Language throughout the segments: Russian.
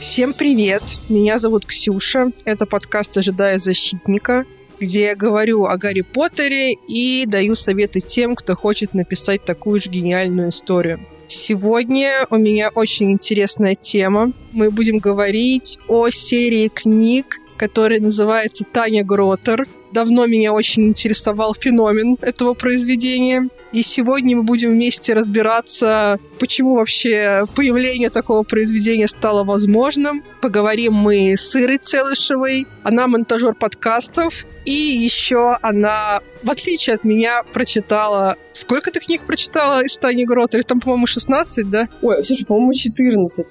Всем привет! Меня зовут Ксюша. Это подкаст «Ожидая защитника», где я говорю о Гарри Поттере и даю советы тем, кто хочет написать такую же гениальную историю. Сегодня у меня очень интересная тема. Мы будем говорить о серии книг, которая называется «Таня Гроттер». Давно меня очень интересовал феномен этого произведения. И сегодня мы будем вместе разбираться, почему вообще появление такого произведения стало возможным. Поговорим мы с Ирой Целышевой. Она монтажер подкастов. И еще она, в отличие от меня, прочитала... Сколько ты книг прочитала из Тани Гроттер? Там, по-моему, 16, да? Ой, слушай, по-моему, 14.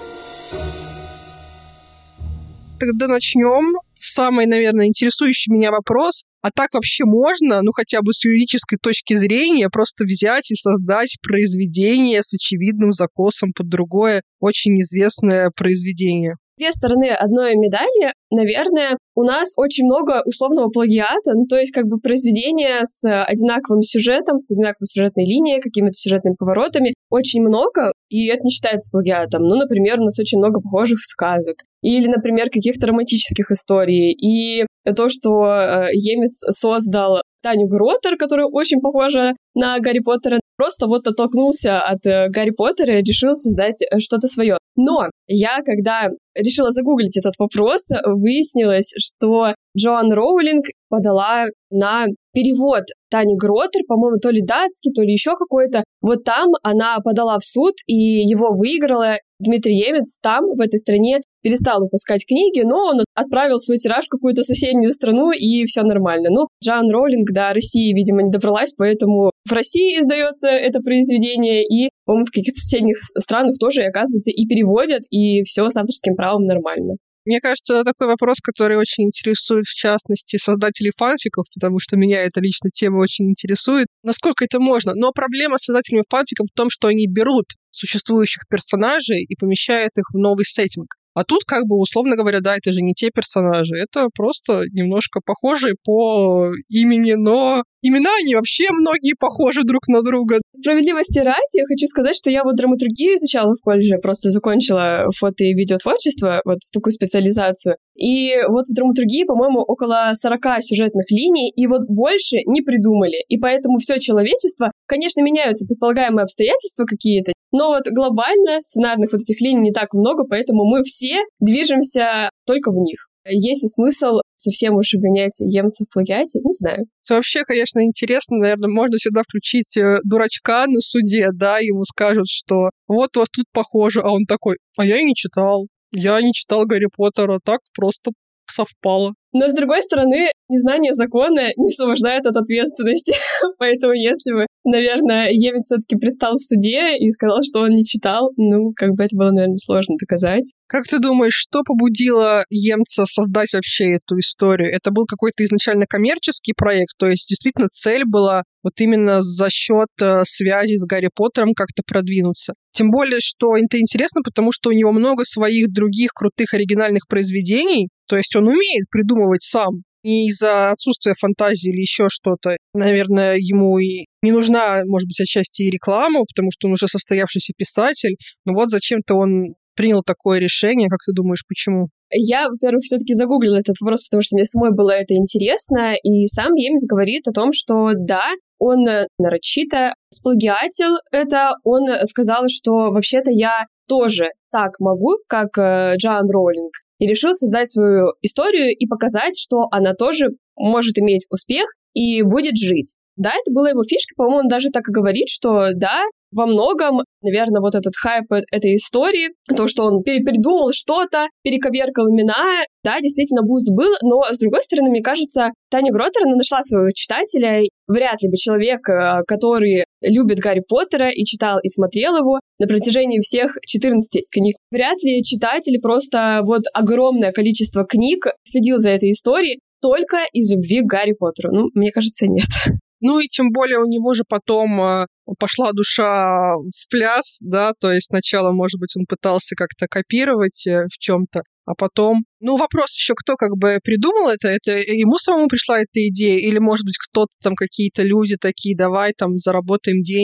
Тогда начнем. Самый, наверное, интересующий меня вопрос. А так вообще можно, хотя бы с юридической точки зрения, просто взять и создать произведение с очевидным закосом под другое очень известное произведение? Две стороны одной медали, наверное, у нас очень много условного плагиата, то есть как бы произведения с одинаковым сюжетом, с одинаковой сюжетной линией, какими-то сюжетными поворотами, очень много, и это не считается плагиатом. Например, у нас очень много похожих сказок, или, например, каких-то романтических историй, и то, что Емец создал Таню Гроттер, которая очень похожа на Гарри Поттера, просто оттолкнулся от Гарри Поттера и решил создать что-то свое. Но я, когда решила загуглить этот вопрос, выяснилось, что Джоан Роулинг подала на перевод Тани Гроттер, по-моему, то ли датский, то ли еще какой-то. Там она подала в суд, и его выиграла. Дмитрий Емец там, в этой стране, перестал выпускать книги, но он отправил свой тираж в какую-то соседнюю страну, и все нормально. Джоан Роулинг до России, видимо, не добралась, поэтому в России издается это произведение, и, по-моему, в каких-то соседних странах тоже, оказывается, и переводят, и все с авторским правом нормально. Мне кажется, это такой вопрос, который очень интересует, в частности, создателей фанфиков, потому что меня эта лично тема очень интересует. Насколько это можно? Но проблема с создателями фанфиков в том, что они берут существующих персонажей и помещают их в новый сеттинг. А тут, условно говоря, да, это же не те персонажи, это просто немножко похожие по имени, но имена, они вообще многие похожи друг на друга. Справедливости ради, я хочу сказать, что я драматургию изучала в колледже, просто закончила фото- и видеотворчество, такую специализацию. И в драматургии, по-моему, около 40 сюжетных линий, и больше не придумали. И поэтому все человечество, конечно, меняются предполагаемые обстоятельства какие-то, но глобально сценарных этих линий не так много, поэтому мы все движемся только в них. Есть ли смысл совсем уж обвинять Емца в плагиате? Не знаю. Это вообще, конечно, интересно. Наверное, можно сюда включить дурачка на суде, да, ему скажут, что вот у вас тут похоже, а он такой, а я и не читал. Я не читал Гарри Поттера, так просто совпало. Но, с другой стороны, незнание закона не освобождает от ответственности. Поэтому если бы, наверное, Емец все-таки предстал в суде и сказал, что он не читал, это было, наверное, сложно доказать. Как ты думаешь, что побудило Емца создать вообще эту историю? Это был какой-то изначально коммерческий проект? То есть, действительно, цель была именно за счет связи с Гарри Поттером как-то продвинуться? Тем более, что это интересно, потому что у него много своих других крутых оригинальных произведений. То есть он умеет придумывать сам. Не из-за отсутствия фантазии или еще что-то. Наверное, ему и не нужна, может быть, отчасти и реклама, потому что он уже состоявшийся писатель. Но зачем-то он принял такое решение. Как ты думаешь, почему? Я, во-первых, все-таки загуглила этот вопрос, потому что мне самой было это интересно. И сам Емец говорит о том, что да, он нарочито сплагиатил это. Он сказал, что вообще-то я тоже так могу, как Джоан Роулинг. И решил создать свою историю и показать, что она тоже может иметь успех и будет жить. Да, это была его фишка, по-моему, он даже так и говорит, что да, во многом, наверное, этот хайп этой истории, то, что он перепридумал что-то, перековеркал имена, да, действительно, буст был, но, с другой стороны, мне кажется, Таня Гроттер, она нашла своего читателя, вряд ли бы человек, который любит Гарри Поттера и читал, и смотрел его на протяжении всех 14 книг, вряд ли читатель просто огромное количество книг следил за этой историей только из любви к Гарри Поттеру. Мне кажется, нет. И тем более у него же потом пошла душа в пляс, да, то есть сначала, может быть, он пытался как-то копировать в чем-то, а потом... вопрос еще, кто придумал это? Это ему самому пришла эта идея? Или, может быть, кто-то там, какие-то люди такие, давай там заработаем денег?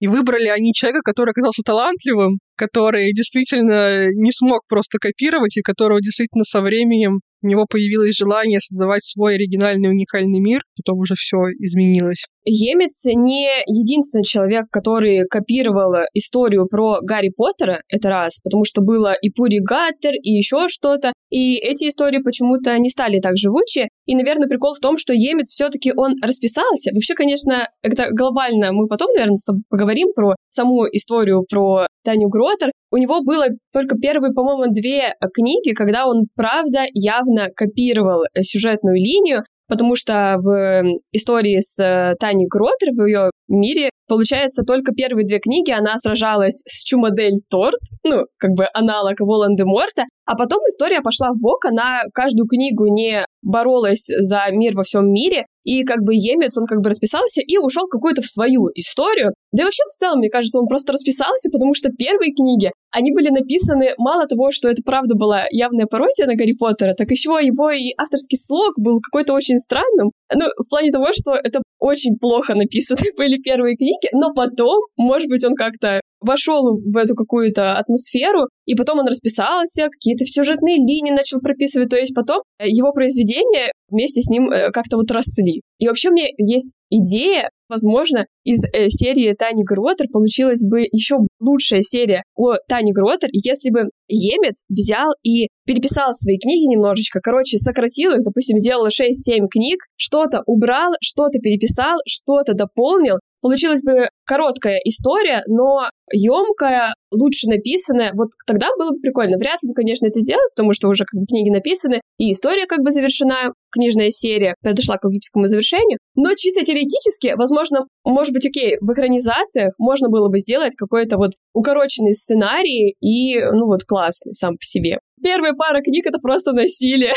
И выбрали они человека, который оказался талантливым, который действительно не смог просто копировать, и которого действительно со временем у него появилось желание создавать свой оригинальный уникальный мир, потом уже все изменилось. Емец не единственный человек, который копировал историю про Гарри Поттера, это раз, потому что было и Пури Гаттер, и еще что-то, и эти истории почему-то не стали так живучи, и, наверное, прикол в том, что Емец все-таки он расписался. Вообще, конечно, это глобально, мы потом, наверное, с тобой поговорим про саму историю про Таню Гротер. У него было только первые, по-моему, 2 книги, когда он, правда, явно копировал сюжетную линию, потому что в истории с Таней Гротер, в ее мире, получается, только первые 2 книги она сражалась с Чумадель Торт, ну, как бы аналог Волан-де-Морта, а потом история пошла вбок, она каждую книгу не боролась за мир во всем мире, и как бы Емец, он как бы расписался и ушел какую-то в свою историю. Да и вообще в целом, мне кажется, он просто расписался, потому что первые книги, они были написаны, мало того, что это правда была явная пародия на Гарри Поттера, так еще его и авторский слог был какой-то очень странным. Ну, в плане того, что это очень плохо написаны были первые книги, но потом, может быть, он как-то вошел в эту какую-то атмосферу, и потом он расписался, какие-то сюжетные линии начал прописывать, то есть потом его произведения вместе с ним как-то вот росли. И вообще у меня есть идея, возможно, из серии Тани Гротер получилась бы еще лучшая серия о Тане Гротер, если бы Емец взял и переписал свои книги немножечко, короче, сократил их, допустим, сделал 6-7 книг, что-то убрал, что-то переписал, что-то дополнил. Получилась бы короткая история, но емкая, лучше написанная. Вот тогда было бы прикольно. Вряд ли он, конечно, это сделает, потому что уже как бы книги написаны, и история как бы завершена, книжная серия подошла к логическому завершению. Но чисто теоретически, возможно, может быть, окей, в экранизациях можно было бы сделать какой-то вот укороченный сценарий и, ну вот, классный сам по себе. Первая пара книг — это просто насилие.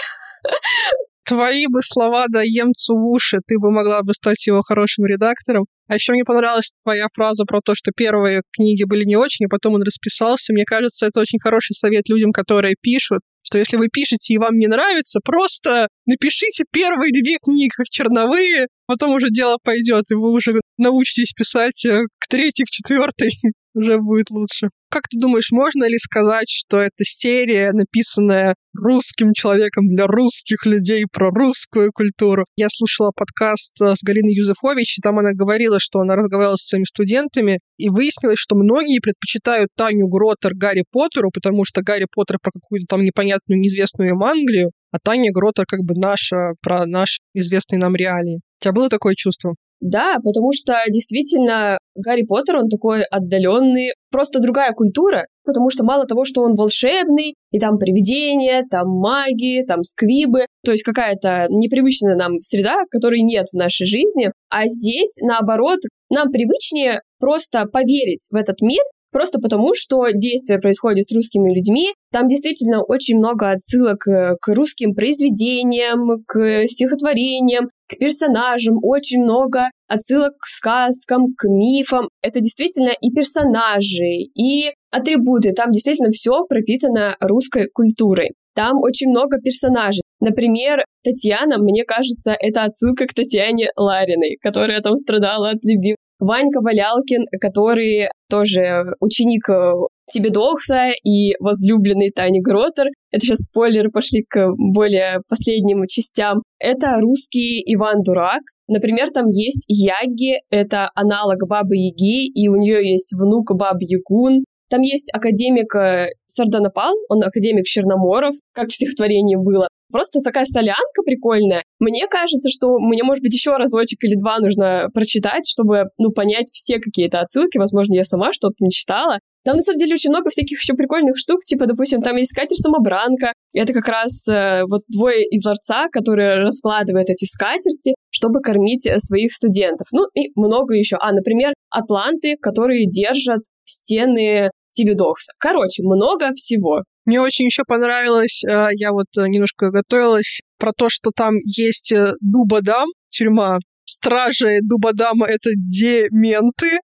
Твои бы слова да Емцу в уши, ты бы могла бы стать его хорошим редактором. А еще мне понравилась твоя фраза про то, что первые книги были не очень, а потом он расписался. Мне кажется, это очень хороший совет людям, которые пишут, что если вы пишете и вам не нравится, просто напишите первые 2 книги как черновые, потом уже дело пойдет, и вы уже научитесь писать к 3-й, к 4-й, уже будет лучше. Как ты думаешь, можно ли сказать, что эта серия, написанная русским человеком для русских людей про русскую культуру? Я слушала подкаст с Галиной Юзефович, и там она говорила, что она разговаривала со своими студентами, и выяснилось, что многие предпочитают Таню Гротер Гарри Поттеру, потому что Гарри Поттер про какую-то там непонятную, неизвестную им Англию, а Таня Гротер как бы наша, про наши известные нам реалии. У тебя было такое чувство? Да, потому что действительно Гарри Поттер, он такой отдаленный, просто другая культура, потому что мало того, что он волшебный, и там привидения, там маги, там сквибы, то есть какая-то непривычная нам среда, которой нет в нашей жизни, а здесь, наоборот, нам привычнее просто поверить в этот мир, просто потому, что действие происходит с русскими людьми. Там действительно очень много отсылок к русским произведениям, к стихотворениям, к персонажам, очень много отсылок к сказкам, к мифам. Это действительно и персонажи, и атрибуты. Там действительно все пропитано русской культурой. Там очень много персонажей. Например, Татьяна, мне кажется, это отсылка к Татьяне Лариной, которая там страдала от любви. Ванька Валялкин, который тоже ученик Тибидокса и возлюбленный Тани Гротер. Это сейчас спойлеры пошли к более последним частям. Это русский Иван Дурак. Например, там есть Ягги, это аналог Бабы-Яги, и у нее есть внук Баб-Ягун. Там есть академик Сарданапал, он академик Черноморов, как в стихотворении было. Просто такая солянка прикольная. Мне кажется, что мне, может быть, еще разочек или 2 нужно прочитать, чтобы, понять все какие-то отсылки. Возможно, я сама что-то не читала. Там, на самом деле, очень много всяких еще прикольных штук, типа, допустим, там есть скатерть-самобранка. Это как раз вот 2 из ларца, которые раскладывают эти скатерти, чтобы кормить своих студентов. Ну, и много еще. Например, атланты, которые держат стены Тибидокса. Короче, много всего. Мне очень еще понравилось, я вот немножко готовилась, про то, что там есть Дубадам, тюрьма. Стражи Дубадама — это дементы.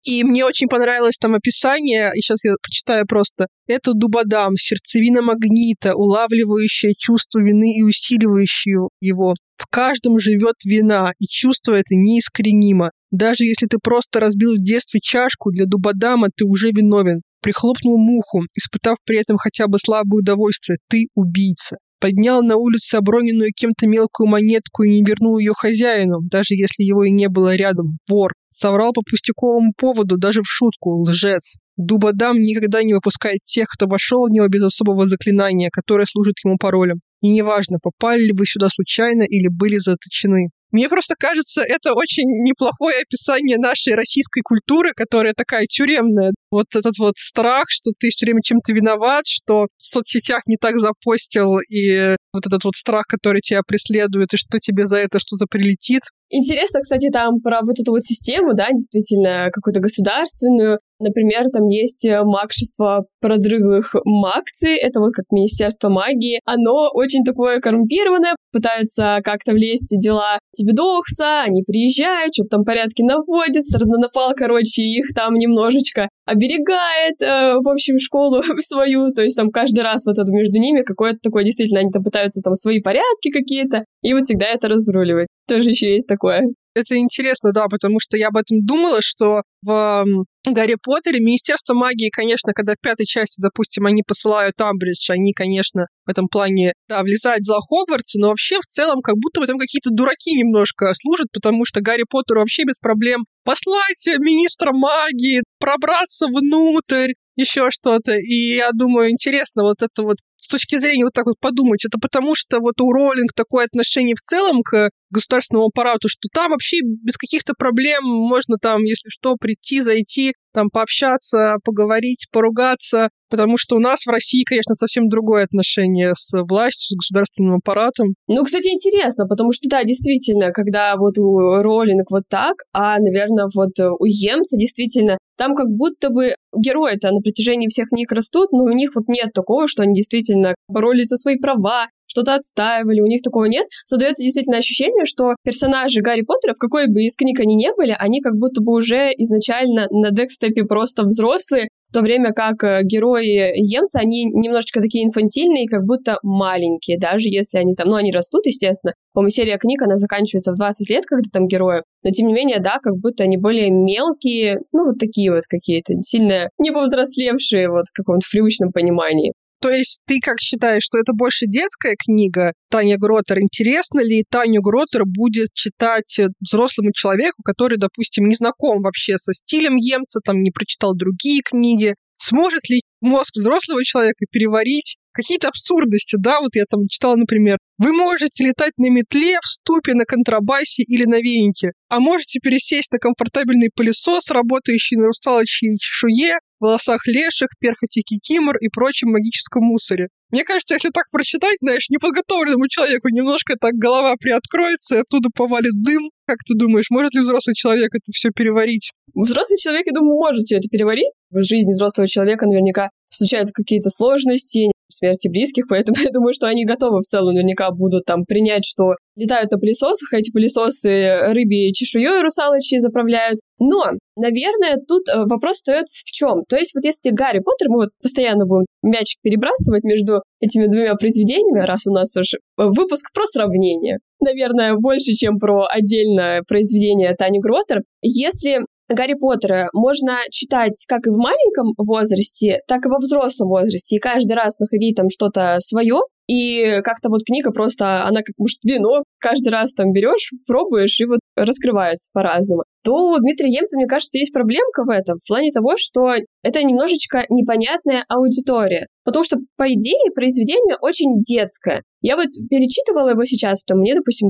И мне очень понравилось там описание, и сейчас я почитаю просто. Это дубодам, сердцевина магнита, улавливающая чувство вины и усиливающая его. В каждом живет вина, и чувство это неискоренимо. Даже если ты просто разбил в детстве чашку, для дубодама ты уже виновен. Прихлопнул муху, испытав при этом хотя бы слабое удовольствие. Ты убийца. Поднял на улице оброненную кем-то мелкую монетку и не вернул ее хозяину, даже если его и не было рядом. Вор. Соврал по пустяковому поводу, даже в шутку. Лжец. Дубодам никогда не выпускает тех, кто вошел в него без особого заклинания, которое служит ему паролем. И неважно, попали ли вы сюда случайно или были заточены. Мне просто кажется, это очень неплохое описание нашей российской культуры, которая такая тюремная. Вот этот вот страх, что ты все время чем-то виноват, что в соцсетях не так запостил, и вот этот вот страх, который тебя преследует, и что тебе за это что-то прилетит. Интересно, кстати, там про вот эту вот систему, да, действительно, какую-то государственную. Например, там есть магшество продрыглых магций, это вот как Министерство магии. Оно очень такое коррумпированное, пытаются как-то влезть в дела Тибидокса, они приезжают, что-то там порядки наводят, Роднонапал, короче, их там немножечко оберегает, в общем, школу свою, то есть там каждый раз вот это между ними какое-то такое, действительно, они там пытаются там свои порядки какие-то, и вот всегда это разруливать. Тоже еще есть такое. Это интересно, да, потому что я об этом думала, что в Гарри Поттере Министерство магии, конечно, когда в 5-й части, допустим, они посылают Амбридж, они, конечно, в этом плане, да, влезают в дела Хогвартса, но вообще в целом как будто бы там какие-то дураки немножко служат, потому что Гарри Поттеру вообще без проблем послать министра магии, пробраться внутрь, еще что-то. И я думаю, интересно вот это вот с точки зрения вот так вот подумать, это потому что вот у Роулинг такое отношение в целом к государственному аппарату, что там вообще без каких-то проблем можно там, если что, прийти, зайти, там пообщаться, поговорить, поругаться, потому что у нас в России, конечно, совсем другое отношение с властью, с государственным аппаратом. Ну, кстати, интересно, потому что, да, действительно, когда вот у Роулинг вот так, а, наверное, вот у Емца действительно, там как будто бы герои-то на протяжении всех книг растут, но у них вот нет такого, что они действительно боролись за свои права, что-то отстаивали, у них такого нет. Создается действительно ощущение, что персонажи Гарри Поттера, в какой бы из книг они ни были, они как будто бы уже изначально на декстепе просто взрослые, в то время как герои Емца, они немножечко такие инфантильные, как будто маленькие, даже если они там, ну, они растут, естественно. По-моему, серия книг, она заканчивается в 20 лет, когда там герои, но тем не менее, да, как будто они более мелкие, ну, вот такие вот какие-то, сильно не повзрослевшие вот в каком-то привычном понимании. То есть ты как считаешь, что это больше детская книга, Таня Гротер? Интересно ли Таню Гротер будет читать взрослому человеку, который, допустим, не знаком вообще со стилем Емца, там не прочитал другие книги? Сможет ли мозг взрослого человека переварить какие-то абсурдности, да? Вот я там читала, например, вы можете летать на метле, в ступе, на контрабасе или на веянке, а можете пересесть на комфортабельный пылесос, работающий на русалочьей чешуе, волосах леших, перхоти кикимор и прочем магическом мусоре. Мне кажется, если так прочитать, знаешь, неподготовленному человеку немножко так голова приоткроется, и оттуда повалит дым. Как ты думаешь, может ли взрослый человек это все переварить? Взрослый человек, я думаю, может все это переварить. В жизни взрослого человека наверняка случаются какие-то сложности, смерти близких, поэтому я думаю, что они готовы в целом наверняка будут там принять, что летают на пылесосах, а эти пылесосы рыбьей чешуей русалочьей заправляют. Но, наверное, тут вопрос встает в чем? То есть вот если Гарри Поттер, мы вот постоянно будем мячик перебрасывать между этими двумя произведениями, раз у нас уже выпуск про сравнение, наверное, больше, чем про отдельное произведение Тани Гротер. Если Гарри Поттера можно читать как и в маленьком возрасте, так и во взрослом возрасте, и каждый раз находить там что-то свое, и как-то вот книга просто, она как, может, вино, каждый раз там берешь, пробуешь, и вот раскрывается по-разному. То у Дмитрия Емца, мне кажется, есть проблемка в этом, в плане того, что это немножечко непонятная аудитория. Потому что, по идее, произведение очень детское. Я вот перечитывала его сейчас, потому мне, допустим,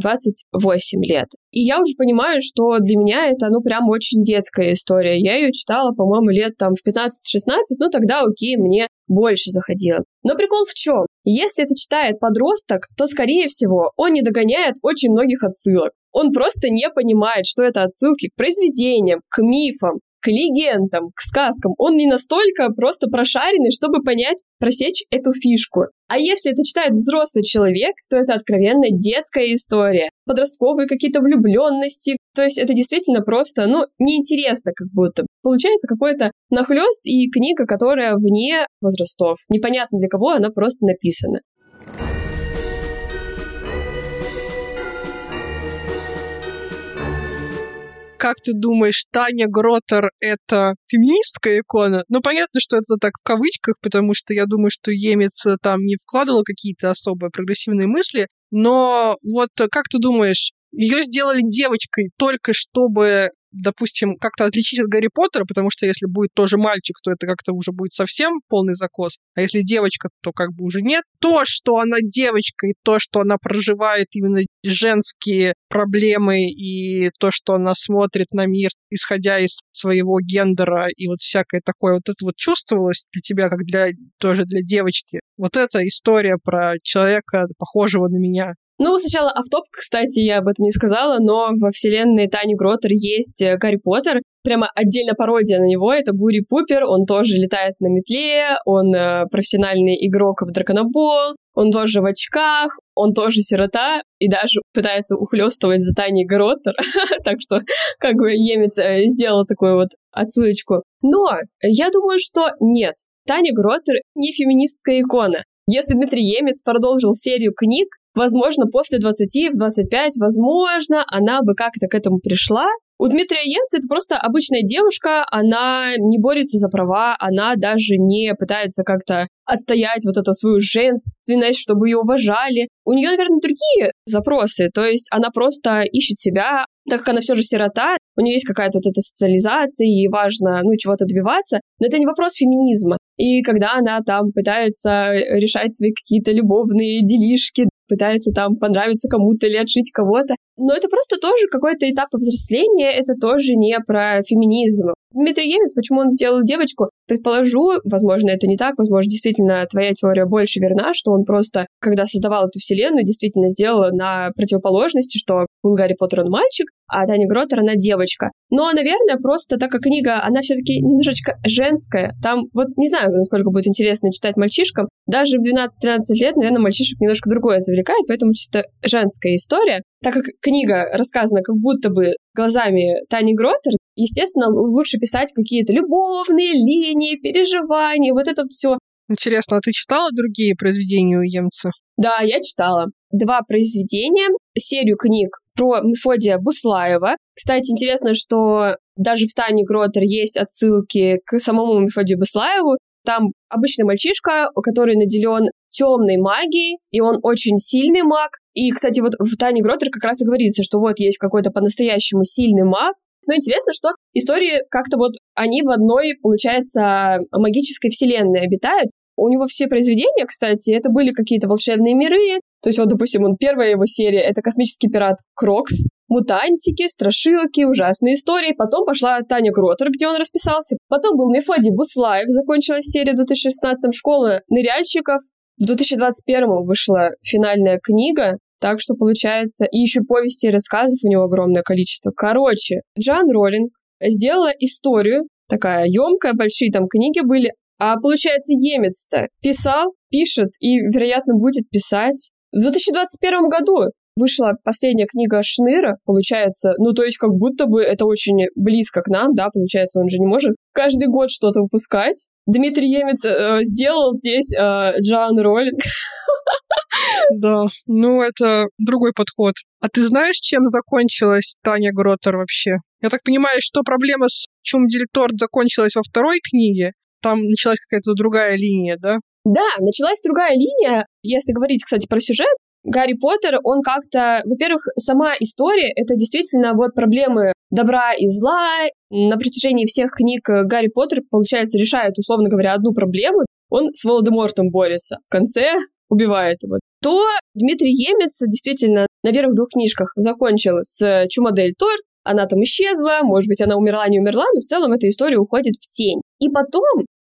28 лет. И я уже понимаю, что для меня это, ну, прям очень детская история. Я ее читала, по-моему, лет там в 15-16, ну, тогда, окей, мне больше заходило. Но прикол в чем? Если это читает подросток, то, скорее всего, он не догоняет очень многих отсылок. Он просто не понимает, что это отсылки к произведениям, к мифам. к легендам, к сказкам. Он не настолько просто прошаренный, чтобы просечь эту фишку. А если это читает взрослый человек, то это откровенно детская история, подростковые какие-то влюбленности. То есть это действительно просто, неинтересно как будто. Получается какой-то нахлёст и книга, которая вне возрастов. Непонятно для кого она просто написана. Как ты думаешь, Таня Гротер — это феминистская икона? Понятно, что это так в кавычках, потому что я думаю, что Емец там не вкладывала какие-то особо прогрессивные мысли, но вот как ты думаешь, ее сделали девочкой только чтобы, допустим, как-то отличить от Гарри Поттера, потому что если будет тоже мальчик, то это как-то уже будет совсем полный закос, а если девочка, то как бы уже нет. То, что она девочка, и то, что она проживает именно женские проблемы, и то, что она смотрит на мир, исходя из своего гендера, и вот всякое такое, вот это вот чувствовалось для тебя, как тоже для девочки. Вот эта история про человека, похожего на меня. Сначала автоп, кстати, я об этом не сказала, но во вселенной Тани Гротер есть Гарри Поттер. Прямо отдельно пародия на него. Это Гури Пупер. Он тоже летает на метле, он профессиональный игрок в драконобол, он тоже в очках, он тоже сирота и даже пытается ухлёстывать за Таней Гротер. Так что как бы Емец сделал такую вот отсылочку. Но я думаю, что нет. Таня Гротер не феминистская икона. Если Дмитрий Емец продолжил серию книг, возможно, после 20, в 25, возможно, она бы как-то к этому пришла. У Дмитрия Емца это просто обычная девушка, она не борется за права, она даже не пытается как-то отстоять вот эту свою женственность, чтобы ее уважали. У нее, наверное, другие запросы, то есть она просто ищет себя, так как она все же сирота, у нее есть какая-то вот эта социализация, ей важно, чего-то добиваться, но это не вопрос феминизма. И когда она там пытается решать свои какие-то любовные делишки, пытается там понравиться кому-то или отшить кого-то, но это просто тоже какой-то этап взросления, это тоже не про феминизм. Дмитрий Емец, почему он сделал девочку? Предположу, возможно, это не так, возможно, действительно твоя теория больше верна, что он просто, когда создавал эту вселенную, действительно сделал на противоположности, что был Гарри Поттер, он мальчик, а Таня Гротер, она девочка. Но, наверное, просто так как книга, она все-таки немножечко женская, там, вот не знаю, насколько будет интересно читать мальчишкам, даже в 12-13 лет, наверное, мальчишек немножко другое завлекает, поэтому чисто женская история. Так как книга рассказана как будто бы глазами Тани Гротер, естественно, лучше писать какие-то любовные линии, переживания, вот это все. Интересно, а ты читала другие произведения у Емца? Да, я читала 2 произведения, серию книг про Мефодия Буслаева. Кстати, интересно, что даже в Тане Гротер есть отсылки к самому Мефодию Буслаеву. Там обычный мальчишка, который наделен темной магией, и он очень сильный маг. И, кстати, вот в Тане Гротер как раз и говорится, что вот есть какой-то по-настоящему сильный маг. Но интересно, что истории как-то вот они в одной, получается, магической вселенной обитают. У него все произведения, кстати, это были какие-то волшебные миры. То есть вот, допустим, первая его серия — это «Космический пират Крокс», «Мутантики», «Страшилки», «Ужасные истории». Потом пошла Таня Гротер, где он расписался. Потом был Мефодий Буслаев, закончилась серия в 2016-м, «Школа ныряльщиков». В 2021-м вышла финальная книга, так что получается, и еще повести и рассказов у него огромное количество. Короче, Джоан Роулинг сделала историю, такая емкая, большие там книги были, а получается, Емец-то писал, пишет и, вероятно, будет писать. В 2021 году вышла последняя книга Шныра, получается, то есть как будто бы это очень близко к нам, да, получается, он же не может каждый год что-то выпускать. Дмитрий Емец сделал здесь Джоан Роулинг. Да, это другой подход. А ты знаешь, чем закончилась Таня Гротер вообще? Я так понимаю, что проблема с Чум Дилетторт закончилась во 2-й книге, там началась какая-то другая линия, да? Да, началась другая линия. Если говорить, кстати, про сюжет, Гарри Поттер, он как-то... Во-первых, сама история — это действительно вот проблемы добра и зла. На протяжении всех книг Гарри Поттер, получается, решает, условно говоря, одну проблему. Он с Волан-де-Мортом борется. В конце убивает его. То Дмитрий Емец действительно на первых 2 книжках закончил с Чума Дель-Торт. Она там исчезла, может быть, она умерла, не умерла, но в целом эта история уходит в тень. И потом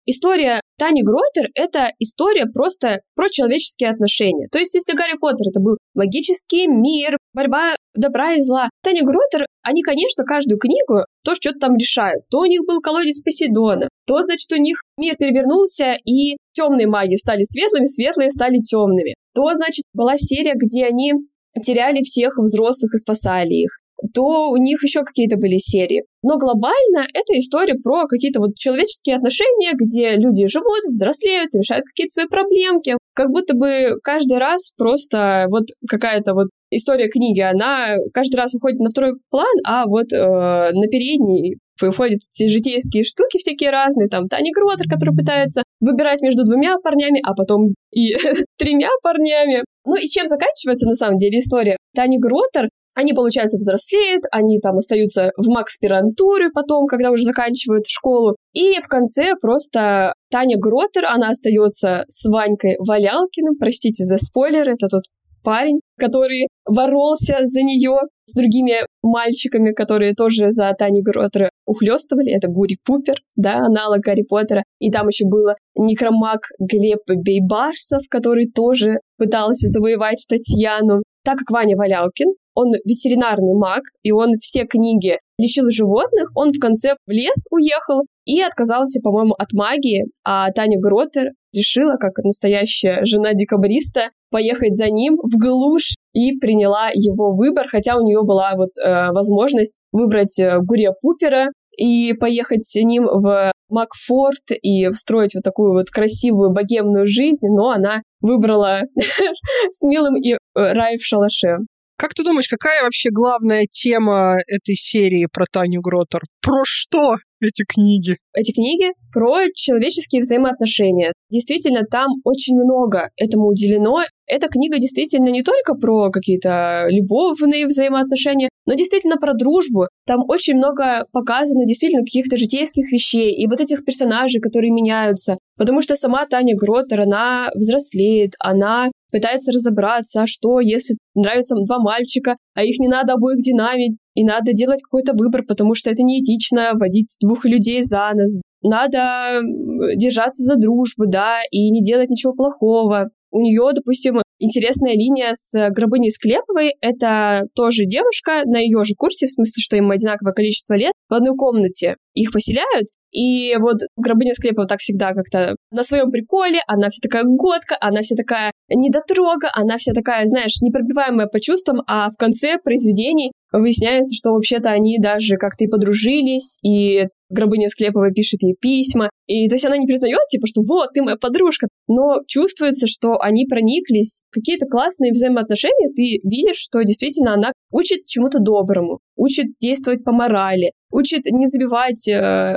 история Тани Гротер — это история просто про человеческие отношения. То есть, если Гарри Поттер — это был магический мир, борьба добра и зла, Таня Гротер, они, конечно, каждую книгу то что-то там решают. То у них был колодец Посейдона, то, значит, у них мир перевернулся, и темные маги стали светлыми, светлые стали темными. То, значит, была серия, где они теряли всех взрослых и спасали их. То у них еще какие-то были серии. Но глобально это история про какие-то вот человеческие отношения, где люди живут, взрослеют, решают какие-то свои проблемки. Как будто бы каждый раз просто вот какая-то вот история книги, она каждый раз уходит на второй план, а вот на передний выходят эти житейские штуки всякие разные. Там Таня Гротер, которая пытается выбирать между 2 парнями, а потом и 3 парнями. Ну и чем заканчивается на самом деле история Тани Гротер? Они, получается, взрослеют, они там остаются в магспирантуре потом, когда уже заканчивают школу. И в конце просто Таня Гротер, она остается с Ванькой Валялкиным, простите за спойлер, это тот парень, который боролся за нее с другими мальчиками, которые тоже за Таней Гротер ухлёстывали. Это Гури Пупер, да, аналог Гарри Поттера. И там еще был некромаг Глеб Бейбарсов, который тоже пытался завоевать Татьяну. Так как Ваня Валялкин, он ветеринарный маг, и он все книги лечил животных, он в конце в лес уехал и отказался, по-моему, от магии, а Таня Гротер решила, как настоящая жена декабриста, поехать за ним в глушь и приняла его выбор, хотя у нее была вот возможность выбрать Гурия Пупера и поехать с ним в Макфорт и строить вот такую вот красивую богемную жизнь, но она выбрала с милым и рай в шалаше. Как ты думаешь, какая вообще главная тема этой серии про Таню Гротер? Про что эти книги? Эти книги про человеческие взаимоотношения. Действительно, там очень много этому уделено. Эта книга действительно не только про какие-то любовные взаимоотношения, но действительно про дружбу. Там очень много показано действительно каких-то житейских вещей и вот этих персонажей, которые меняются. Потому что сама Таня Гротер, она взрослеет, она пытается разобраться, что если нравятся 2 мальчика, а их не надо обоих динамить, и надо делать какой-то выбор, потому что это неэтично водить 2 людей за нос. Надо держаться за дружбу, да, и не делать ничего плохого. У нее, допустим, интересная линия с Гробыней Склеповой. Это тоже девушка на ее же курсе, в смысле, что им одинаковое количество лет, в одной комнате. Их поселяют, и вот Гробыня Склепова так всегда как-то на своем приколе, она вся такая готка, она вся такая недотрога, она вся такая, знаешь, непробиваемая по чувствам, а в конце произведений выясняется, что вообще-то они даже как-то и подружились, и Гробыня Склепова пишет ей письма, и то есть она не признает, типа, что вот, ты моя подружка, но чувствуется, что они прониклись, какие-то классные взаимоотношения, ты видишь, что действительно она учит чему-то доброму, учит действовать по морали, учит не забивать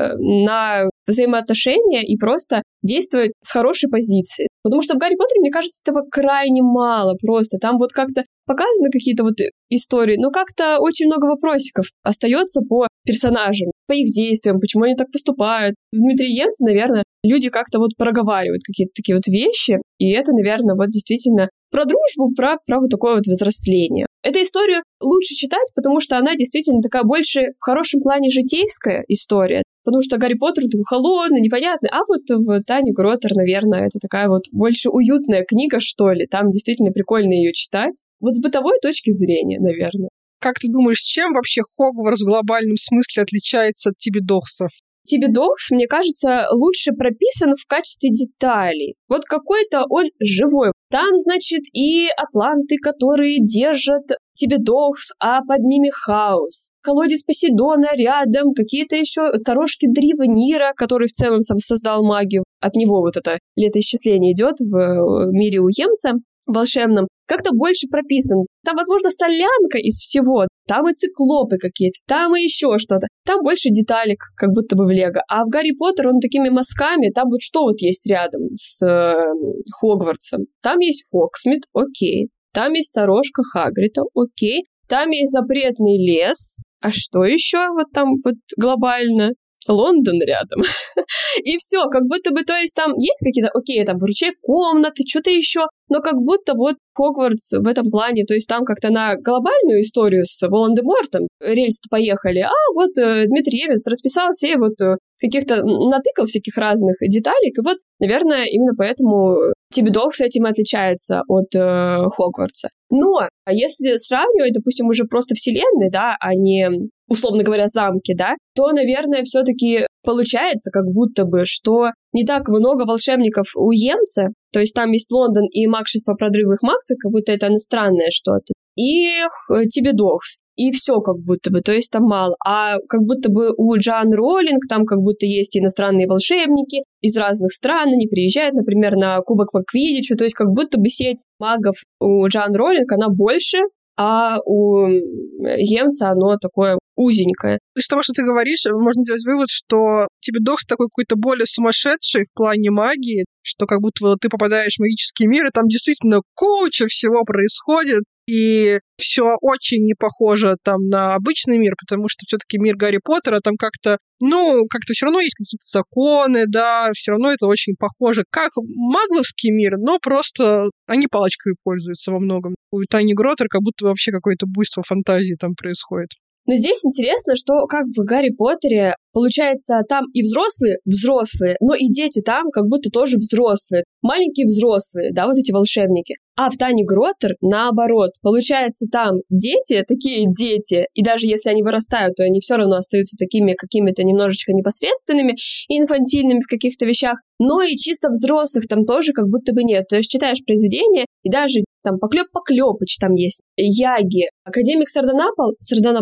на взаимоотношения и просто действовать с хорошей позиции. Потому что в Гарри Поттере, мне кажется, этого крайне мало просто. Там вот как-то показаны какие-то вот истории, но как-то очень много вопросиков остается по персонажам, по их действиям, почему они так поступают. В Дмитрии Емце, наверное, люди как-то вот проговаривают какие-то такие вот вещи, и это, наверное, вот действительно про дружбу, про вот такое вот взросление. Эту историю лучше читать, потому что она действительно такая больше в хорошем плане житейская история, потому что Гарри Поттер такой холодный, непонятный, а вот в Тане Гротер, наверное, это такая вот больше уютная книга, что ли, там действительно прикольно ее читать. Вот с бытовой точки зрения, наверное. Как ты думаешь, чем вообще Хогвартс в глобальном смысле отличается от Тибидокса? Тибидокс, мне кажется, лучше прописан в качестве деталей. Вот какой-то он живой. Там, значит, и атланты, которые держат Тибидокс, а под ними хаос. Колодец Посейдона рядом, какие-то еще сторожки Древнира, который в целом сам создал магию. От него вот это летоисчисление идет в мире Уемца волшебном, как-то больше прописан. Там, возможно, солянка из всего. Там и циклопы какие-то, там и еще что-то. Там больше деталек, как будто бы в Лего. А в Гарри Поттер он такими мазками, там вот что вот есть рядом с Хогвартсом. Там есть Хогсмит, окей. Там есть сторожка Хагрида, окей. Там есть запретный лес. А что еще вот там вот глобально? Лондон рядом. И все, как будто бы, то есть там есть какие-то, окей, там, вручай комнаты, что-то еще, но как будто вот Хогвартс в этом плане, то есть там как-то на глобальную историю с Волан-де-Мортом рельсы поехали, а вот Дмитрий Евенс расписался и вот каких-то натыкал всяких разных деталек, и вот, наверное, именно поэтому Тибидокс этим отличается от Хогвартса. Но если сравнивать, допустим, уже просто вселенные, да, а не, условно говоря, замки, да, то, наверное, все-таки получается как будто бы, что не так много волшебников у Емца, то есть там есть Лондон и магшество продрывных магцев, как будто это иностранное что-то, и Тибидокс, и все как будто бы, то есть там мало. А как будто бы у Джоан Роулинг там как будто есть иностранные волшебники из разных стран, они приезжают, например, на Кубок по Квиддичу, то есть как будто бы сеть магов у Джоан Роулинг, она больше, а у Емца оно такое узенькое. Из того, что ты говоришь, можно делать вывод, что Тибидокс такой какой-то более сумасшедший в плане магии, что как будто ты попадаешь в магический мир, и там действительно куча всего происходит, и все очень не похоже там на обычный мир, потому что все-таки мир Гарри Поттера там как-то все равно есть какие-то законы, да, все равно это очень похоже, как магловский мир, но просто они палочками пользуются во многом. У Тани Гроттер как будто вообще какое-то буйство фантазии там происходит. Но здесь интересно, что как в Гарри Поттере, получается, там и взрослые, но и дети там как будто тоже взрослые. Маленькие взрослые, да, вот эти волшебники. А в Тане Гроттер наоборот. Получается, там дети, такие дети, и даже если они вырастают, то они все равно остаются такими какими-то немножечко непосредственными и инфантильными в каких-то вещах. Но и чисто взрослых там тоже как будто бы нет. То есть читаешь произведение, и даже там Поклёп-Поклёпыч там есть, Яги, Академик Сардонапал,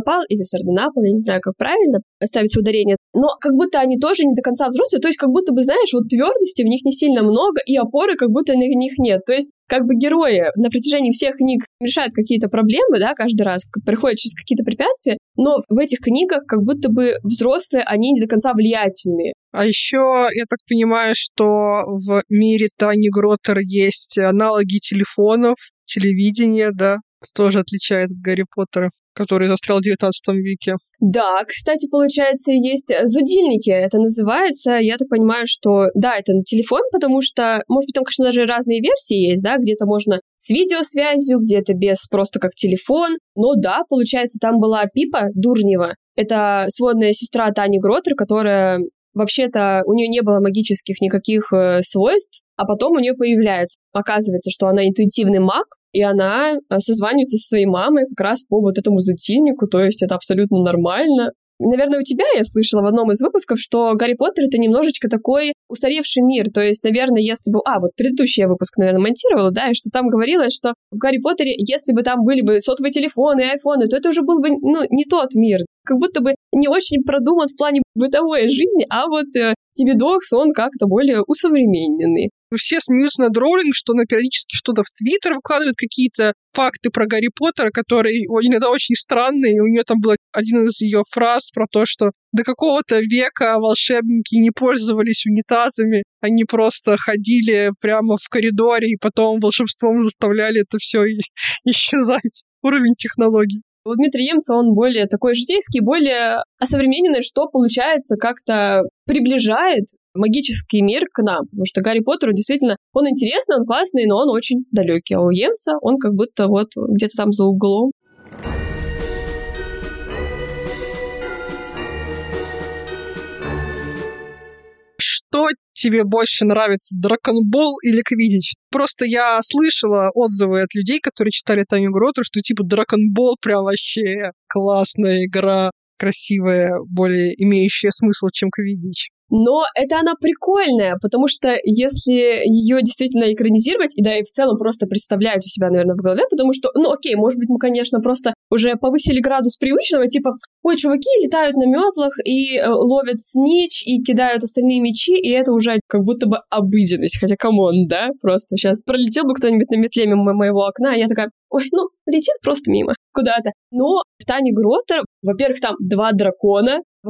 я не знаю, как правильно ставится ударение, но как будто они тоже не до конца взрослые, то есть как будто бы, знаешь, вот твердости в них не сильно много, и опоры как будто на них нет. То есть как бы герои на протяжении всех книг решают какие-то проблемы, да, каждый раз проходят через какие-то препятствия, но в этих книгах как будто бы взрослые, они не до конца влиятельные. А еще, я так понимаю, что в мире Тани Гроттер есть аналоги телефонов, телевидения, да, что тоже отличает от Гарри Поттера, который застрял в 19 веке. Да, кстати, получается, есть зудильники, это называется. Я так понимаю, что, да, это телефон, потому что, может быть, там, конечно, даже разные версии есть, да, где-то можно с видеосвязью, где-то без, просто как телефон. Но да, получается, там была Пипа Дурнева. Это сводная сестра Тани Гроттер, которая... Вообще-то у нее не было магических никаких свойств, а потом у нее появляется. Оказывается, что она интуитивный маг, и она созванивается со своей мамой как раз по вот этому зутильнику, то есть это абсолютно нормально. Наверное, у тебя я слышала в одном из выпусков, что Гарри Поттер — это немножечко такой устаревший мир. То есть, наверное, если бы... вот предыдущий я выпуск, наверное, монтировала, да, и что там говорилось, что в Гарри Поттере, если бы там были бы сотовые телефоны и айфоны, то это уже был бы, не тот мир. Как будто бы не очень продуман в плане бытовой жизни, а вот Тибидокс, он как-то более усовремененный. Все смеются над Роулинг, что она периодически что-то в Твиттер выкладывает, какие-то факты про Гарри Поттера, которые иногда очень странные. И у нее там был один из ее фраз про то, что до какого-то века волшебники не пользовались унитазами, они просто ходили прямо в коридоре и потом волшебством заставляли это все исчезать. Уровень технологий. У Дмитрия Емца он более такой житейский, более осовремененный, что, получается, как-то приближает магический мир к нам, потому что Гарри Поттеру действительно, он интересный, он классный, но он очень далекий, а у Емца он как будто вот где-то там за углом. Что тебе больше нравится, Драконбол или Квиддич? Просто я слышала отзывы от людей, которые читали Таню Гроттер, что типа Драконбол прям вообще классная игра, красивая, более имеющая смысл, чем Квиддич. Но это она прикольная, потому что если ее действительно экранизировать, и да, и в целом просто представлять у себя, наверное, в голове, потому что, окей, может быть, мы, конечно, просто уже повысили градус привычного, типа, ой, чуваки летают на метлах и ловят снич, и кидают остальные мечи, и это уже как будто бы обыденность, хотя, камон, да, просто сейчас пролетел бы кто-нибудь на метле мимо моего окна, и я такая, ой, летит просто мимо куда-то. Но в Тане Гроттер, во-первых, там 2 дракона, во-вторых,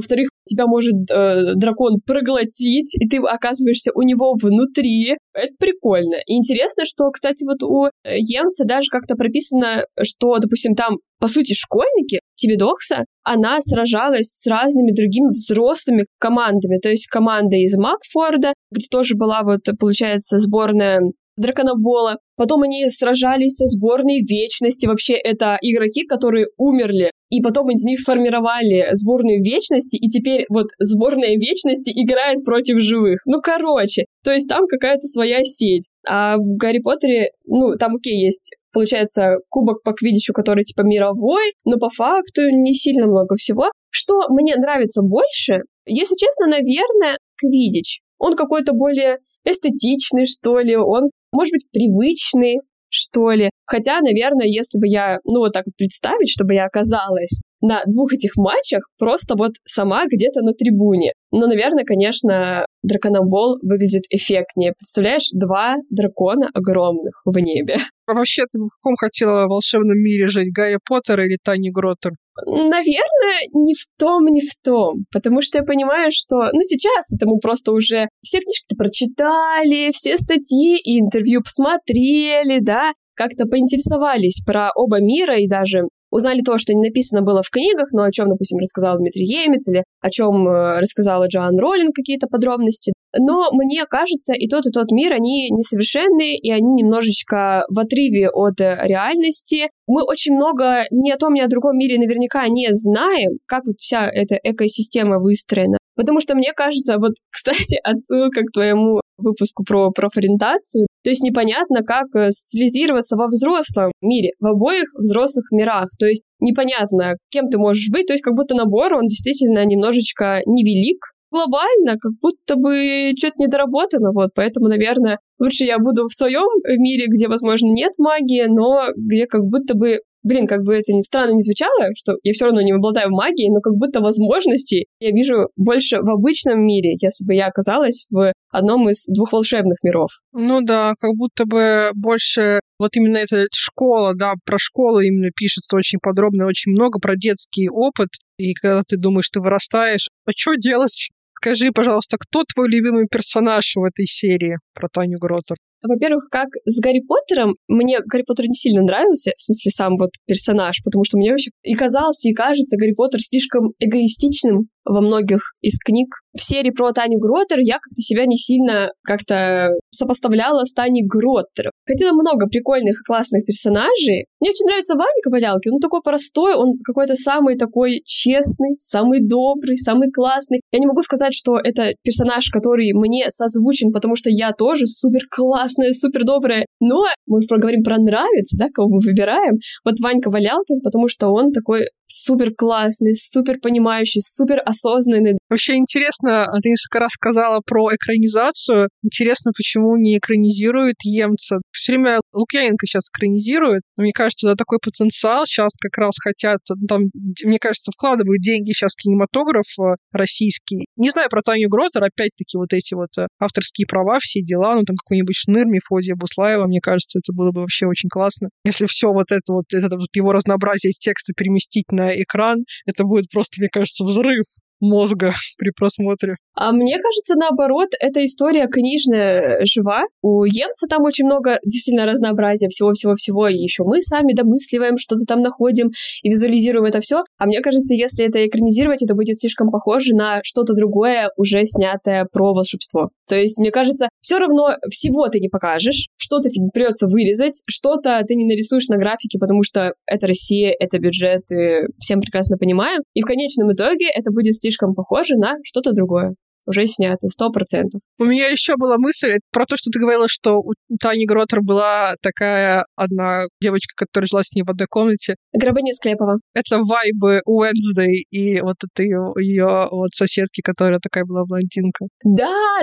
тебя может дракон проглотить, и ты оказываешься у него внутри. Это прикольно. И интересно, что, кстати, вот у Емца даже как-то прописано, что, допустим, там, по сути, школьники, Тивидокса, она сражалась с разными другими взрослыми командами. То есть команда из Макфорда, где тоже была вот, получается, сборная драконобола. Потом они сражались со сборной Вечности. Вообще, это игроки, которые умерли. И потом из них сформировали сборную Вечности, и теперь вот сборная Вечности играет против живых. Ну, короче, то есть там какая-то своя сеть. А в Гарри Поттере, ну, там, окей, есть, получается, кубок по квиддичу, который типа мировой, но по факту не сильно много всего. Что мне нравится больше, если честно, наверное, квиддич. Он какой-то более эстетичный, что ли, он, может быть, привычный, что ли. Хотя, наверное, если бы я, ну, вот так вот представить, чтобы я оказалась на двух этих матчах, просто вот сама где-то на трибуне. Но, наверное, конечно, драконобол выглядит эффектнее. Представляешь, 2 дракона огромных в небе. А вообще, ты в каком хотела волшебном мире жить? Гарри Поттер или Тани Гроттер? Наверное, ни в том. Потому что я понимаю, что, ну, сейчас это мы просто уже все книжки прочитали, все статьи и интервью посмотрели, да, как-то поинтересовались про оба мира и даже узнали то, что не написано было в книгах, но о чем, допустим, рассказал Дмитрий Емец или о чем рассказала Джоан Роулинг какие-то подробности. Но мне кажется, и тот мир, они несовершенные, и они немножечко в отрыве от реальности. Мы очень много ни о том, ни о другом мире наверняка не знаем, как вот вся эта экосистема выстроена. Потому что мне кажется, вот, кстати, отсылка к твоему выпуску про профориентацию, то есть непонятно, как социализироваться во взрослом мире, в обоих взрослых мирах. То есть непонятно, кем ты можешь быть, то есть как будто набор, он действительно немножечко невелик. Глобально, как будто бы что-то недоработано, вот, поэтому, наверное, лучше я буду в своем мире, где, возможно, нет магии, но где как будто бы, как бы это ни странно не звучало, что я все равно не обладаю магией, но как будто возможностей я вижу больше в обычном мире, если бы я оказалась в одном из 2 волшебных миров. Ну да, как будто бы больше вот именно эта школа, да, про школу именно пишется очень подробно, очень много про детский опыт, и когда ты думаешь, ты вырастаешь, а что делать? Скажи, пожалуйста, кто твой любимый персонаж в этой серии про Таню Гроттер? Во-первых, как с Гарри Поттером, мне Гарри Поттер не сильно нравился, в смысле сам вот персонаж, потому что мне вообще и казался, и кажется Гарри Поттер слишком эгоистичным во многих из книг. В серии про Таню Гроттер я как-то себя не сильно как-то сопоставляла с Таней Гроттер. Хотя много прикольных и классных персонажей. Мне очень нравится Ванька Валялкин, он такой простой, он какой-то самый такой честный, самый добрый, самый классный. Я не могу сказать, что это персонаж, который мне созвучен, потому что я тоже супер классная, супер добрая. Но мы поговорим про нравится, да, кого мы выбираем. Вот Ванька Валялкин, потому что он такой супер классный, супер понимающий, супер осознанный. Вообще интересно, ты несколько раз сказала про экранизацию. Интересно, почему не экранизируют Емца. Все время Лукьяненко сейчас экранизирует. Мне кажется, да, такой потенциал сейчас как раз хотят, там, мне кажется, вкладывают деньги сейчас в кинематограф российский. Не знаю про Таню Гроттер, опять-таки вот эти вот авторские права, все дела, ну там какой-нибудь Шныр, Мефодия Буслаева, мне кажется, это было бы вообще очень классно. Если все вот это вот его разнообразие из текста переместить на экран, это будет просто, мне кажется, взрыв мозга при просмотре. А мне кажется, наоборот, эта история книжная жива. У Емца там очень много действительно разнообразия всего-всего-всего, и еще мы сами домысливаем, что-то там находим и визуализируем это все. А мне кажется, если это экранизировать, это будет слишком похоже на что-то другое, уже снятое про волшебство. То есть, мне кажется, все равно всего ты не покажешь, что-то тебе придется вырезать, что-то ты не нарисуешь на графике, потому что это Россия, это бюджет, и всем прекрасно понимаем. И в конечном итоге это будет слишком похоже на что-то другое. Уже снято, 100%. У меня еще была мысль про то, что ты говорила, что у Тани Гроттер была такая одна девочка, которая жила с ней в одной комнате. Гробынец Клепова. Это вайбы Уэнсдей и вот это ее вот соседки, которая такая была блондинка. Да,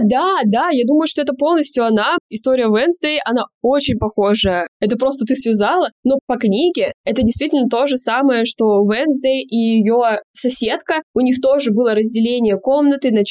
я думаю, что это полностью она. История Уэнсдей, она очень похожа. Это просто ты связала, но по книге это действительно то же самое, что Уэнсдей и ее соседка. У них тоже было разделение комнаты на черные,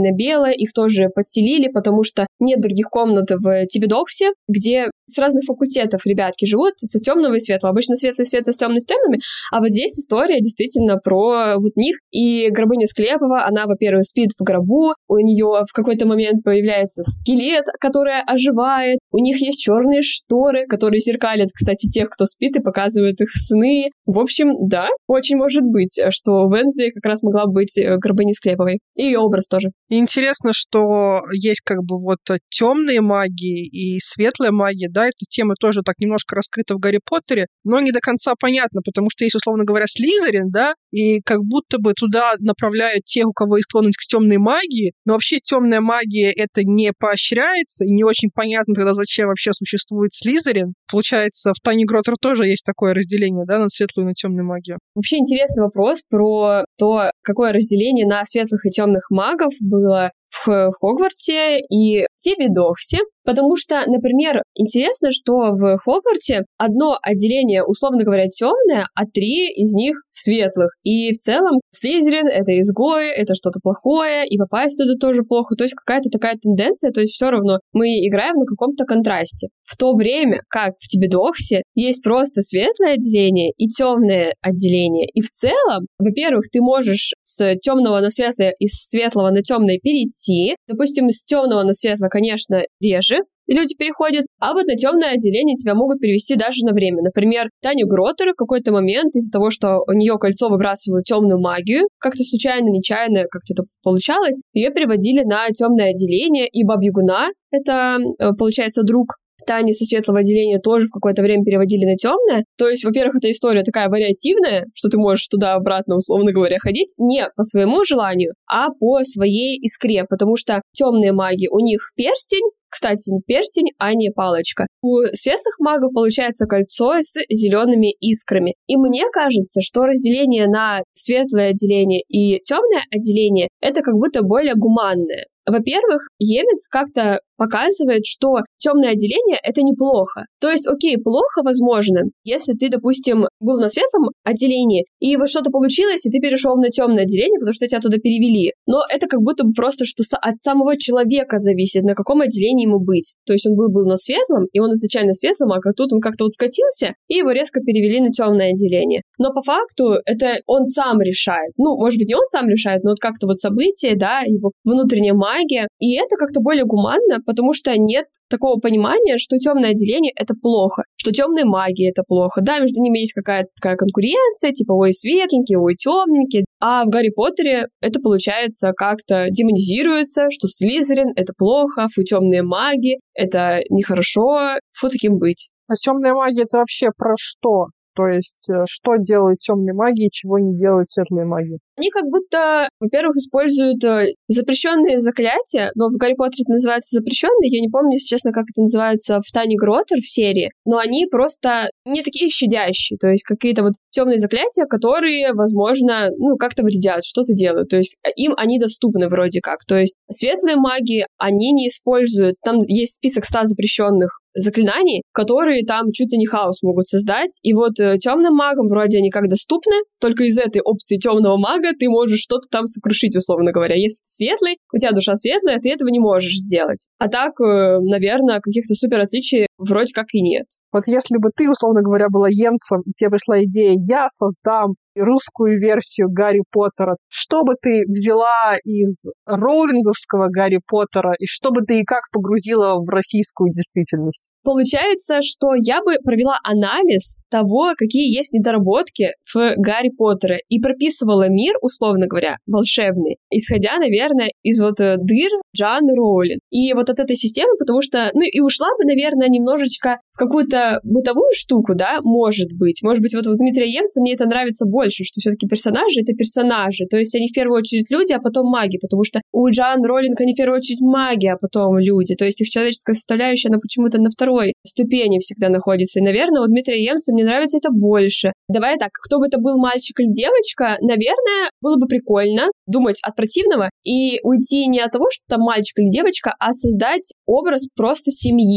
на белое, их тоже подселили, потому что нет других комнат в Тибидоксе, где с разных факультетов ребятки живут, со темного и светлого. Обычно светлый свет с темными, а вот здесь история действительно про вот них. И Гробыня Склепова, она, во-первых, спит в гробу, у нее в какой-то момент появляется скелет, который оживает, у них есть черные шторы, которые зеркалят, кстати, тех, кто спит, и показывают их сны. В общем, да, очень может быть, что Вэнсдей как раз могла быть Гробыней Склеповой. И ее образ тоже. И интересно, что есть как бы вот темные магии и светлая магия, да, эта тема тоже так немножко раскрыта в Гарри Поттере, но не до конца понятно, потому что есть, условно говоря, Слизерин, да, и как будто бы туда направляют тех, у кого есть склонность к темной магии, но вообще темная магия это не поощряется, и не очень понятно тогда, зачем вообще существует Слизерин. Получается, в Тайне Гроттер тоже есть такое разделение, да, на светлую и на темную магию. Вообще интересный вопрос про то, какое разделение на светлых и темных магов было в Хогвартсе и Тибидоксе, потому что, например, интересно, что в Хогвартсе одно отделение, условно говоря, темное, а 3 из них светлых. И в целом Слизерин — это изгои, это что-то плохое, и попасть туда тоже плохо. То есть какая-то такая тенденция, то есть все равно мы играем на каком-то контрасте. В то время как в Тибидоксе есть просто светлое отделение и темное отделение. И в целом, во-первых, ты можешь с темного на светлое и с светлого на темное перейти. Допустим, с темного на светлое, конечно, реже люди переходят, а вот на темное отделение тебя могут перевести даже на время. Например, Таню Гроттер в какой-то момент из-за того, что у нее кольцо выбрасывало темную магию, как-то случайно, нечаянно как-то это получалось, ее переводили на темное отделение, и Бабьягуна, это, получается, друг Тани со светлого отделения, тоже в какое-то время переводили на темное. То есть, во-первых, эта история такая вариативная, что ты можешь туда-обратно, условно говоря, ходить не по своему желанию, а по своей искре, потому что темные маги, у них перстень, кстати, не перстень, а не палочка. У светлых магов получается кольцо с зелеными искрами. И мне кажется, что разделение на светлое отделение и темное отделение — это как будто более гуманное. Во-первых, Емец как-то показывает, что темное отделение — это неплохо. То есть, окей, плохо, возможно, если ты, допустим, был на светлом отделении, и вот что-то получилось, и ты перешел на темное отделение, потому что тебя туда перевели. Но это как будто бы просто, что от самого человека зависит, на каком отделении ему быть. То есть он был на светлом, и он изначально светлым, а тут он как-то вот скатился, и его резко перевели на темное отделение. Но по факту это он сам решает. Ну, может быть, не он сам решает, но вот как-то вот события, да, его внутренняя магия. И это как-то более гуманно, потому что нет такого понимания, что темное отделение — это плохо, что темные маги — это плохо. Да, между ними есть какая-то такая конкуренция, типа ой, светленькие, ой, темненькие. А в Гарри Поттере это, получается, как-то демонизируется, что Слизерин — это плохо, фу, темные маги — это нехорошо, фу, таким быть. А темная магия — это вообще про что? То есть, что делают темные маги и чего не делают светлые маги? Они как будто, во-первых, используют запрещенные заклятия, но в Гарри Поттере это называется запрещенные, я не помню, если честно, как это называется в Тайне Гроттер в серии, но они просто не такие щадящие, то есть какие-то вот темные заклятия, которые, возможно, ну, как-то вредят, что-то делают, то есть им они доступны вроде как, то есть светлые маги, они не используют, там есть список 100 запрещенных заклинаний, которые там чуть ли не хаос могут создать, и вот темным магам вроде они как доступны, только из этой опции темного мага ты можешь что-то там сокрушить, условно говоря. Если ты светлый, у тебя душа светлая, ты этого не можешь сделать. А так, наверное, каких-то супер отличий вроде как и нет. Вот если бы ты, условно говоря, была Емцем, и тебе пришла идея, я создам русскую версию Гарри Поттера, что бы ты взяла из роулинговского Гарри Поттера, и что бы ты и как погрузила в российскую действительность? Получается, что я бы провела анализ того, какие есть недоработки в Гарри Поттере, и прописывала мир, условно говоря, волшебный, исходя, наверное, из вот дыр Джоанны Роулинг. И вот от этой системы, потому что, ну и ушла бы, наверное, немножечко в какую-то бытовую штуку, да, может быть. Может быть, вот у Дмитрия Емца мне это нравится больше, что все-таки персонажи — это персонажи. То есть они в первую очередь люди, а потом маги, потому что у Джоанны Роулинг они в первую очередь маги, а потом люди. То есть их человеческая составляющая, она почему-то на второй ступени всегда находится. И, наверное, у Дмитрия Емца мне нравится это больше. Давай так, кто бы это был, мальчик или девочка, наверное, было бы прикольно думать от противного и уйти не от того, что там мальчик или девочка, а создать образ просто семьи,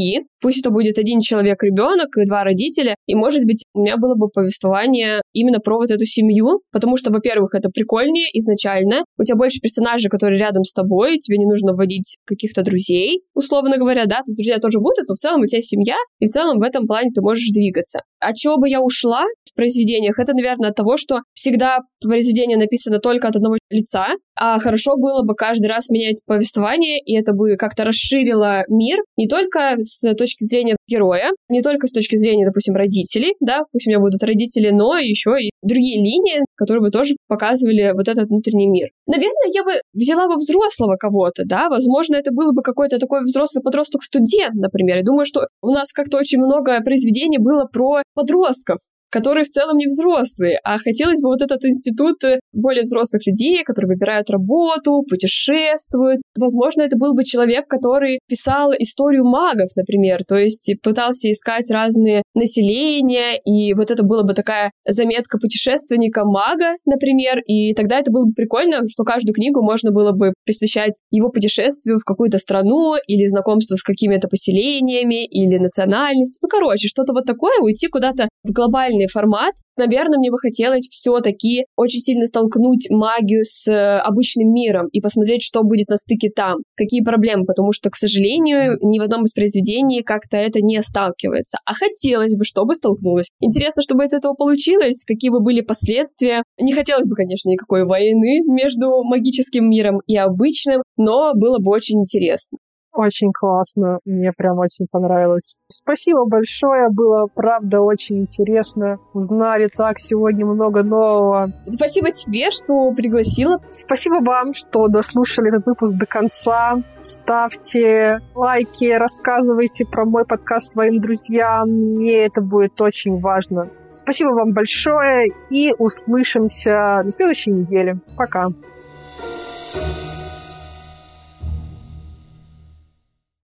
Пусть это будет один человек, ребенок и 2 родителя, и, может быть, у меня было бы повествование именно про вот эту семью, потому что, во-первых, это прикольнее изначально, у тебя больше персонажей, которые рядом с тобой, тебе не нужно вводить каких-то друзей, условно говоря, да, то есть друзья тоже будут, но в целом у тебя семья, и в целом в этом плане ты можешь двигаться. От чего бы я ушла в произведениях? Это, наверное, от того, что всегда произведение написано только от одного лица, а хорошо было бы каждый раз менять повествование, и это бы как-то расширило мир не только с точки зрения героя, не только с точки зрения, допустим, родителей, да, пусть у меня будут родители, но еще и другие линии, которые бы тоже показывали вот этот внутренний мир. Наверное, я бы взяла бы взрослого кого-то, да, возможно, это было бы какой-то такой взрослый подросток-студент, например. Я думаю, что у нас как-то очень много произведений было про подростков, которые в целом не взрослые, а хотелось бы вот этот институт более взрослых людей, которые выбирают работу, путешествуют. Возможно, это был бы человек, который писал историю магов, например, то есть пытался искать разные населения, и вот это была бы такая заметка путешественника-мага, например, и тогда это было бы прикольно, что каждую книгу можно было бы посвящать его путешествию в какую-то страну или знакомству с какими-то поселениями или национальностью. Ну, короче, что-то вот такое, уйти куда-то в глобальный формат. Наверное, мне бы хотелось все-таки очень сильно столкнуть магию с обычным миром и посмотреть, что будет на стыке там, какие проблемы, потому что, к сожалению, ни в одном из произведений как-то это не сталкивается. А хотелось бы, чтобы столкнулось. Интересно, чтобы из этого получилось, какие бы были последствия. Не хотелось бы, конечно, никакой войны между магическим миром и обычным, но было бы очень интересно. Очень классно, мне прям очень понравилось. Спасибо большое, было, правда, очень интересно. Узнали так сегодня много нового. Спасибо тебе, что пригласила. Спасибо вам, что дослушали этот выпуск до конца. Ставьте лайки, рассказывайте про мой подкаст своим друзьям. Мне это будет очень важно. Спасибо вам большое и услышимся на следующей неделе. Пока.